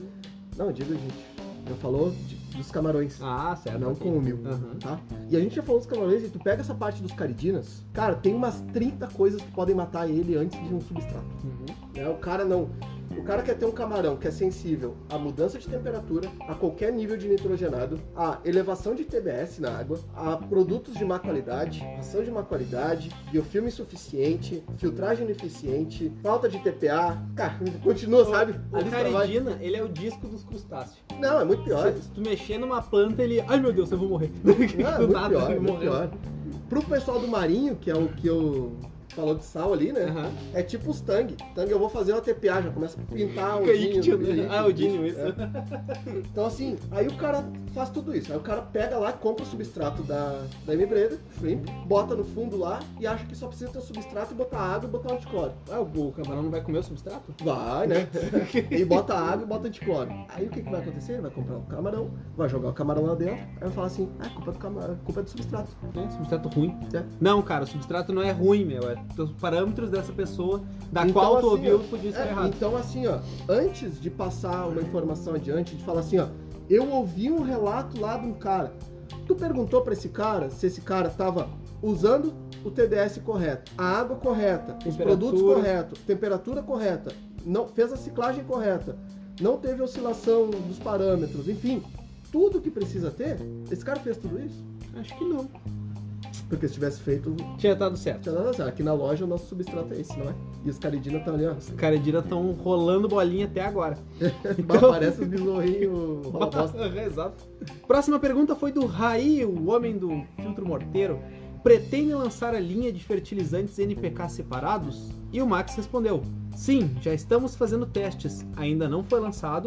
Não, diga, gente. Eu falou de- dos camarões. Ah, certo. Não ok. com o mil, Aham. tá? E a gente já falou dos camarões e tu pega essa parte dos caridinas, cara, tem umas trinta coisas que podem matar ele antes de um substrato. Uhum. Né? O cara não... O cara quer ter um camarão que é sensível à mudança de temperatura, a qualquer nível de nitrogenado, a elevação de T B S na água, a produtos de má qualidade, ação de má qualidade, biofilme insuficiente, filtragem ineficiente, falta de T P A. Cara, continua, sabe? O A lista vai- caridina, ele é o disco dos crustáceos. Não, é muito pior. Se, se tu mexer numa planta, ele... Ai, meu Deus, eu vou morrer. Não, é Do muito nada, pior, é ele muito morreu. pior. Pro pessoal do marinho, que é o que eu falou de sal ali, né? Aham. É tipo os Tang. Tang eu vou fazer uma T P A, já começa a pintar o Kaique, dinho. tio, né? Ah, o Dinho, isso. É. Então assim, aí o cara faz tudo isso. Aí o cara pega lá, compra o substrato da, da M-Breda, shrimp, bota no fundo lá e acha que só precisa ter o substrato e botar água e botar anticlóreo. Ah, o camarão não vai comer o substrato? Vai, né? E bota água e bota anticlóreo. Aí o que, que vai acontecer? Ele vai comprar o camarão, vai jogar o camarão lá dentro, aí vai falar assim, ah, culpa do camarão, culpa é do substrato. É, substrato ruim. É. Não, cara, o substrato não é ruim, meu. É os parâmetros dessa pessoa, da Então, qual tu assim, ouviu, ó, podia estar é, errado. Então, assim, ó, antes de passar uma informação adiante, de falar assim, ó, eu ouvi um relato lá de um cara. Tu perguntou pra esse cara se esse cara tava usando o T D S correto, a água correta, os Temperatura. produtos corretos, temperatura correta, não fez a ciclagem correta, não teve oscilação dos parâmetros, enfim, tudo que precisa ter, esse cara fez tudo isso? Acho que não. Porque se tivesse feito, Tinha dado certo. tinha dado certo. Aqui na loja o nosso substrato é esse, não é? E os caridina estão ali, ó. Os caridina estão rolando bolinha até agora. Então- Parece os besorrinhos rola bosta. Exato. Próxima pergunta foi do Raí, o homem do filtro morteiro. Pretende lançar a linha de fertilizantes N P K separados? E o Max respondeu: sim, já estamos fazendo testes. Ainda não foi lançado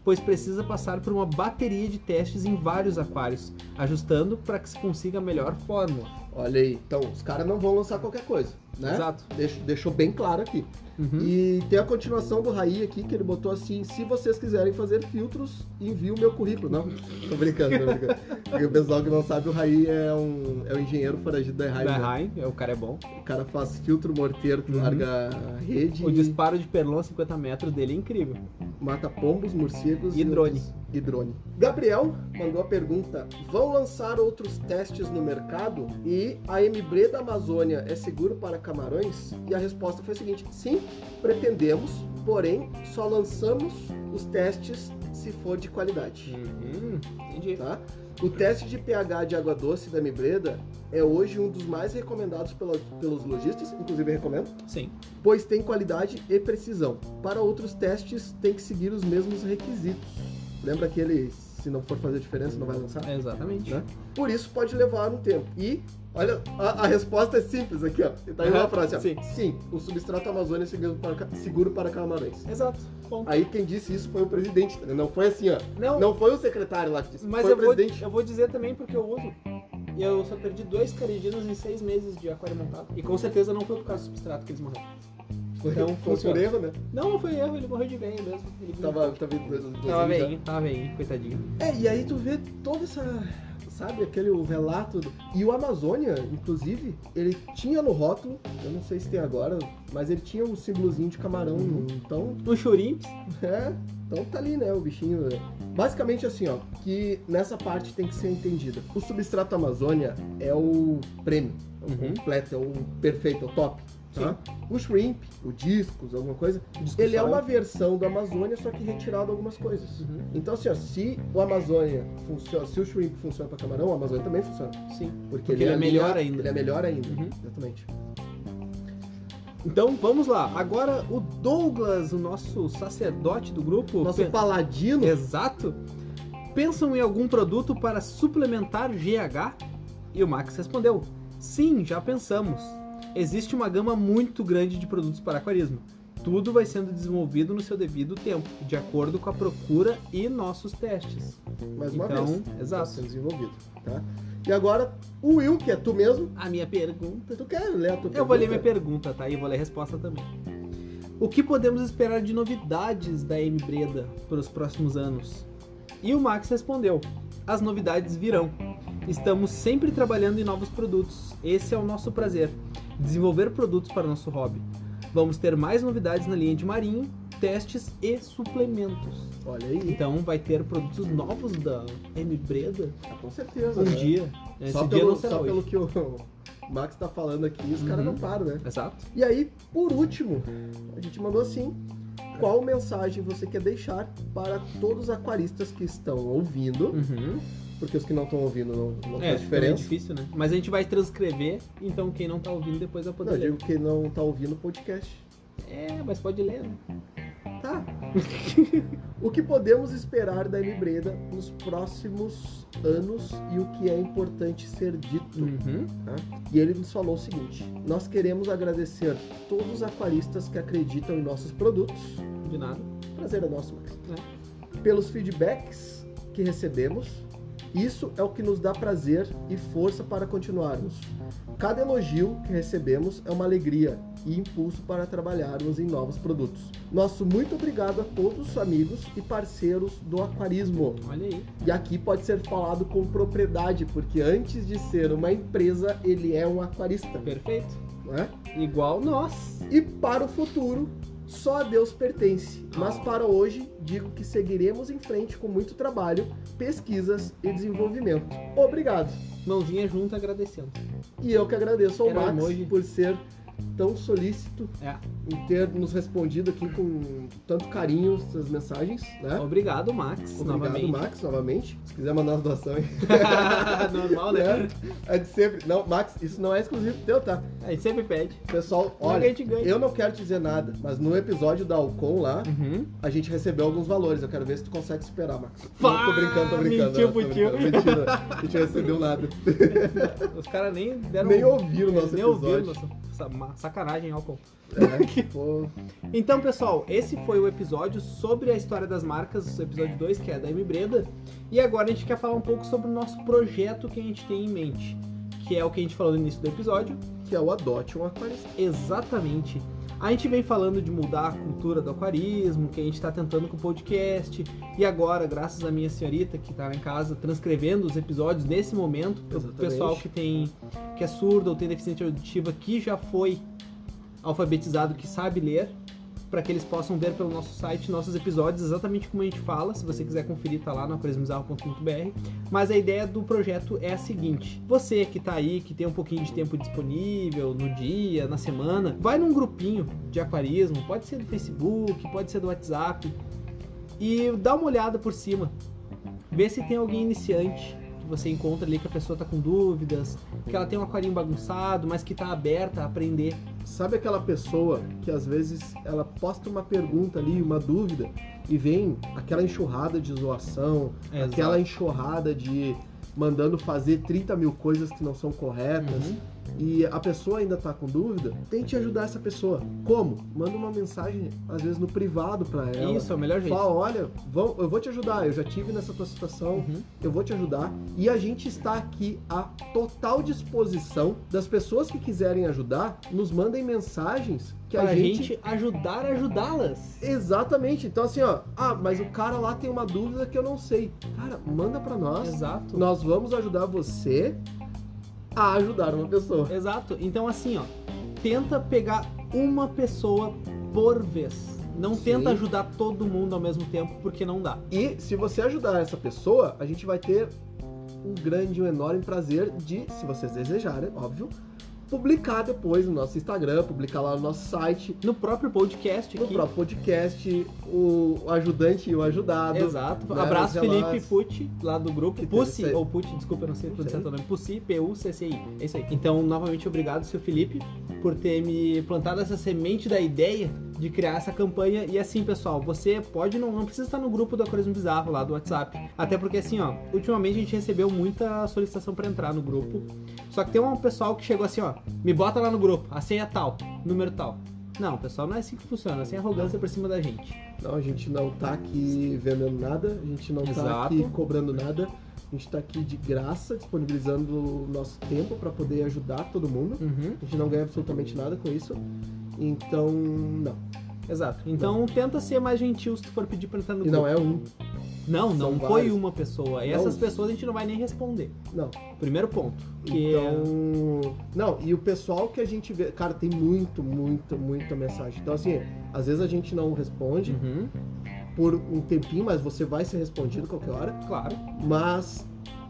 pois precisa passar por uma bateria de testes em vários aquários, ajustando para que se consiga a melhor fórmula. Olha aí, então os caras não vão lançar qualquer coisa, né? Exato. Deixou, deixou bem claro aqui. Uhum. E tem a continuação do Raí aqui, que ele botou assim: se vocês quiserem fazer filtros, envie o meu currículo. Não, tô brincando, tô brincando. Porque o pessoal que não sabe, o Raí é um, é um engenheiro foragido da Erraim. Da Né? Erraim, o cara é bom. O cara faz filtro morteiro que Uhum. larga a rede. O e disparo de pernilongo a cinquenta metros dele é incrível. mata pombos, morcegos E drone. outros- e drone. Gabriel mandou a pergunta: vão lançar outros testes no mercado? E a M B R E da Amazônia é seguro para camarões? E a resposta foi a seguinte: sim, pretendemos, porém só lançamos os testes se for de qualidade. Uhum. Entendi. Tá? O teste de pH de água doce da M B R E D A é hoje um dos mais recomendados pela, pelos lojistas, inclusive eu recomendo, Sim. pois tem qualidade e precisão. Para outros testes, tem que seguir os mesmos requisitos. Lembra aquele, se não for fazer diferença, não vai lançar? Exatamente. Né? Por isso, pode levar um tempo. E, olha, a, a resposta é simples aqui, ó. Tá aí uma Uhum, frase, ó. sim. Sim, o substrato Amazônia é seguro para, ca- seguro para camarões. Exato. Bom. Aí quem disse isso foi o presidente, tá? Não foi assim, ó. Não. Não foi o secretário lá que disse, Mas foi eu o vou, presidente. eu vou dizer também porque eu uso. E eu só perdi dois caridinos em seis meses de aquário montado. E com certeza não foi por causa do substrato que eles morreram. Foi, Então, foi por funciona. erro, né? Não, não foi erro, ele morreu de velho mesmo. Ele Tava, tava, tava, Tava velhinho, tava velhinho, coitadinho. É, e aí tu vê toda essa, sabe, aquele o relato. Do... E o Amazônia, inclusive, ele tinha no rótulo, eu não sei se tem agora, mas ele tinha um símbolozinho de camarão, Uhum. então, No Churimps, é, então tá ali, né, o bichinho. Né? Basicamente assim, ó, que nessa parte tem que ser entendida. O substrato Amazônia é o prêmio, é o Uhum. completo, é o perfeito, é o top. Tá? O shrimp, o discos, alguma coisa, Disco ele é sal. uma versão do Amazônia, só que retirado algumas coisas. Uhum. Então, assim, ó, se o Amazônia funciona, se o shrimp funciona para camarão, o Amazônia também funciona. sim. Porque, Porque ele é alinha- melhor ainda. Ele é melhor ainda, Uhum. exatamente. Então vamos lá. Agora o Douglas, o nosso sacerdote do grupo. Nosso pe- paladino, Exato. Pensam em algum produto para suplementar G H? E o Max respondeu: sim, já pensamos. Existe uma gama muito grande de produtos para aquarismo. Tudo vai sendo desenvolvido no seu devido tempo, de acordo com a procura e nossos testes. mais uma Então, vez, está exato. sendo desenvolvido, tá? E agora, o Will, que é tu mesmo, A minha pergunta. tu quer ler a tua pergunta? Eu vou ler minha pergunta, tá? E vou ler a resposta também. O que podemos esperar de novidades da M B R E D A para os próximos anos? E o Max respondeu: as novidades virão. Estamos sempre trabalhando em novos produtos. Esse é o nosso prazer. Desenvolver produtos para o nosso hobby. Vamos ter mais novidades na linha de marinho, testes e suplementos. Olha aí, Então vai ter produtos novos da M B R E D ah, com certeza. A um né? dia. Esse Só, dia pelo, não será só hoje. pelo que o Max tá falando aqui, os caras Uhum. não param, né? Exato. E aí, por último, a gente mandou assim: qual mensagem você quer deixar para todos os aquaristas que estão ouvindo? Uhum. Porque os que não estão ouvindo não, não É, faz é diferença. difícil, né? Mas a gente vai transcrever, então quem não tá ouvindo depois vai poder Não, eu ler. digo que não tá ouvindo o podcast. É, mas pode ler, né? Tá. O que podemos esperar da M B R E D A nos próximos anos e o que é importante ser dito? Uhum. Tá? E ele nos falou o seguinte: nós queremos agradecer todos os aquaristas que acreditam em nossos produtos. De nada. Prazer é nosso, Max. É. Pelos feedbacks que recebemos, isso é o que nos dá prazer e força para continuarmos. Cada elogio que recebemos é uma alegria e impulso para trabalharmos em novos produtos. Nosso muito obrigado a todos os amigos e parceiros do aquarismo. Olha aí. E aqui pode ser falado com propriedade, porque antes de ser uma empresa, ele é um aquarista, Perfeito. não é? Igual nós. E para o futuro, só a Deus pertence. Mas para hoje, digo que seguiremos em frente com muito trabalho, pesquisas e desenvolvimento. Obrigado. Mãozinha junto agradecendo. E eu que agradeço ao Era um Max emoji. por ser tão solícito É. em ter nos respondido aqui com tanto carinho essas mensagens, né? Obrigado, Max, Obrigado, novamente. Max, novamente. Se quiser mandar uma doação aí. Normal, né? É de sempre. Não, Max, isso não é exclusivo teu, tá? A gente sempre pede. Pessoal, Não, a olha, gente ganha. eu não quero te dizer nada, mas no episódio da Alcon lá, Uhum. a gente recebeu alguns valores. Eu quero ver se tu consegue superar, Max. Pá, Não, tô brincando, tô brincando. mentiu não, tô pro tio. brincando. Mentira, a gente não recebeu nada. Os caras nem deram. Nem ouviram o nosso nem episódio. ouviram nosso. Sacanagem, álcool. É, pô. Então, pessoal, esse foi o episódio sobre a história das marcas, o episódio dois, que é da M Breda. E agora a gente quer falar um pouco sobre o nosso projeto que a gente tem em mente, que é o que a gente falou no início do episódio. Que é o Adote um Aquarista. Exatamente. A gente vem falando de mudar a cultura do aquarismo, que a gente está tentando com o podcast. E agora, graças à minha senhorita que está em casa transcrevendo os episódios nesse momento, o pessoal que tem que é surdo ou tem deficiência auditiva que já foi alfabetizado, que sabe ler, para que eles possam ver pelo nosso site nossos episódios exatamente como a gente fala. Se você quiser conferir, tá lá no aquarismo bizarro ponto com ponto b r. Mas a ideia do projeto é a seguinte: você que tá aí, que tem um pouquinho de tempo disponível no dia, na semana, vai num grupinho de aquarismo, pode ser do Facebook, pode ser do WhatsApp, e dá uma olhada por cima, vê se tem alguém iniciante que você encontra ali, que a pessoa tá com dúvidas, que ela tem um aquarinho bagunçado, mas que tá aberta a aprender. Sabe aquela pessoa que às vezes ela posta uma pergunta ali, uma dúvida, e vem aquela enxurrada de zoação, É, aquela exato. enxurrada de mandando fazer trinta mil coisas que não são corretas, Uhum. e a pessoa ainda tá com dúvida, tente ajudar essa pessoa. Como? Manda uma mensagem, às vezes no privado pra ela. Isso é o melhor jeito. Fala, olha, vão- eu vou te ajudar, eu já tive nessa tua situação, Uhum. eu vou te ajudar. E a gente está aqui à total disposição das pessoas que quiserem ajudar, nos mandem mensagens que Para a gente... gente ajudar a ajudá-las. Exatamente. Então assim, ó, ah, mas o cara lá tem uma dúvida que eu não sei. Cara, manda pra nós. Exato. Nós vamos ajudar você a ajudar uma pessoa. Exato. Então, assim, ó, tenta pegar uma pessoa por vez. Não Sim. tenta ajudar todo mundo ao mesmo tempo, porque não dá. E se você ajudar essa pessoa, a gente vai ter um grande, um enorme prazer de, se vocês desejarem, óbvio, publicar depois no nosso Instagram, publicar lá no nosso site, No próprio podcast no aqui. próprio podcast, o ajudante e o ajudado. Exato. né, Abraço, os Felipe relatos. Pucci, lá do grupo. Que Pucci, teve isso aí. ou Pucci, desculpa, eu não sei Não pronunciar sei. teu nome. Pucci, P U C C I. É isso aí. Então, novamente, obrigado, seu Felipe, por ter me plantado essa semente da ideia de criar essa campanha. E assim, pessoal, você pode, não, não precisa estar no grupo do Aquarismo Bizarro lá do WhatsApp. Até porque, assim, ó, ultimamente a gente recebeu muita solicitação pra entrar no grupo. Só que tem um pessoal que chegou assim, ó, me bota lá no grupo, a senha tal, número tal. Não, pessoal, não é assim que funciona, sem arrogância por cima da gente. Não, a gente não tá aqui vendendo nada, a gente não tá Exato. aqui cobrando nada, a gente tá aqui de graça, disponibilizando o nosso tempo para poder ajudar todo mundo. Uhum. A gente não ganha absolutamente nada com isso. Então, não. Exato. Então tenta ser mais gentil se tu for pedir pra entrar no E grupo. não é um. Não, não São foi vários. uma pessoa. E Não. essas pessoas a gente não vai nem responder. Não. Primeiro ponto. Que é... Então. Não, e o pessoal que a gente vê. Cara, tem muito, muito, muita mensagem. Então, assim, às vezes a gente não responde Uhum, por um tempinho, mas você vai ser respondido qualquer hora. claro. Mas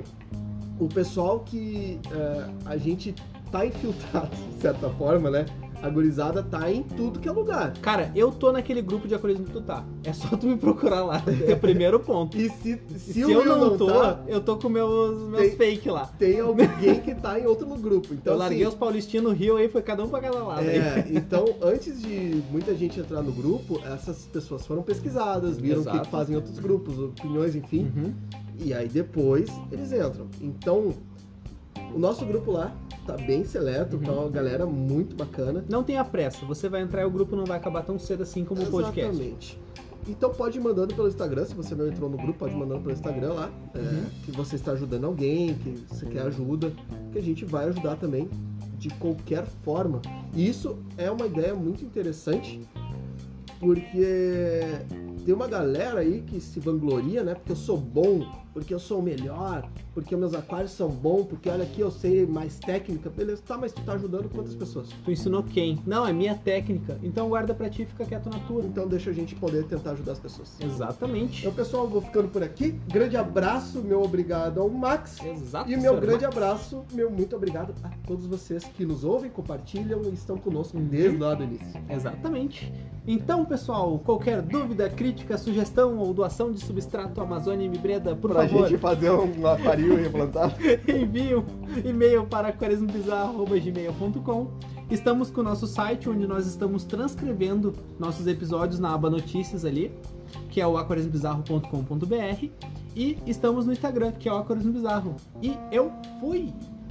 o pessoal que é, a gente tá infiltrado, de certa forma, né? A gurizada tá em tudo que é lugar. Cara, eu tô naquele grupo de aquarismo que tu tá. É só tu me procurar lá. É o primeiro ponto. E se, se, Se, o eu Will não tô, tá, eu tô com meus, meus Tem- fake lá. tem alguém que tá em outro grupo. Então, eu larguei assim, os paulistinos no Rio aí, foi cada um pra cada lado. aí. É, então, antes de muita gente entrar no grupo, essas pessoas foram pesquisadas, viram o que Exato. que fazem outros grupos, opiniões, enfim. Uhum. E aí depois eles entram. Então, o nosso grupo lá tá bem seleto, Uhum. tá uma galera muito bacana. Não tenha pressa, você vai entrar e o grupo não vai acabar tão cedo assim como o podcast. Exatamente. Então pode ir mandando pelo Instagram, se você não entrou no grupo, pode ir mandando pelo Instagram lá, é, Uhum. que você está ajudando alguém, que você quer ajuda, que a gente vai ajudar também de qualquer forma. E isso é uma ideia muito interessante, porque tem uma galera aí que se vangloria, né? Porque eu sou bom, porque eu sou o melhor, porque meus aquários são bons, porque olha aqui eu sei mais técnica. Beleza, tá, mas tu tá ajudando quantas pessoas? Tu ensinou quem? Não, é minha técnica. Então guarda pra ti e fica quieto na tua. Então deixa a gente poder tentar ajudar as pessoas. Exatamente. Então, pessoal, eu vou ficando por aqui. Grande abraço, meu obrigado ao Max. Exato. E meu senhor grande Max. abraço, meu muito obrigado a todos vocês que nos ouvem, compartilham e estão conosco Uhum. desde lá do início. Exatamente. Então, pessoal, qualquer dúvida, crítica, sugestão ou doação de substrato Amazônia M Breda, por pra favor, gente fazer um aquário replantado. envie um e-mail para aquarismo bizarro arroba gmail ponto com. Estamos com o nosso site, onde nós estamos transcrevendo nossos episódios na aba notícias ali, que é o aquarismo bizarro ponto com ponto b r. E estamos no Instagram, que é o Aquarismo Bizarro. E eu fui!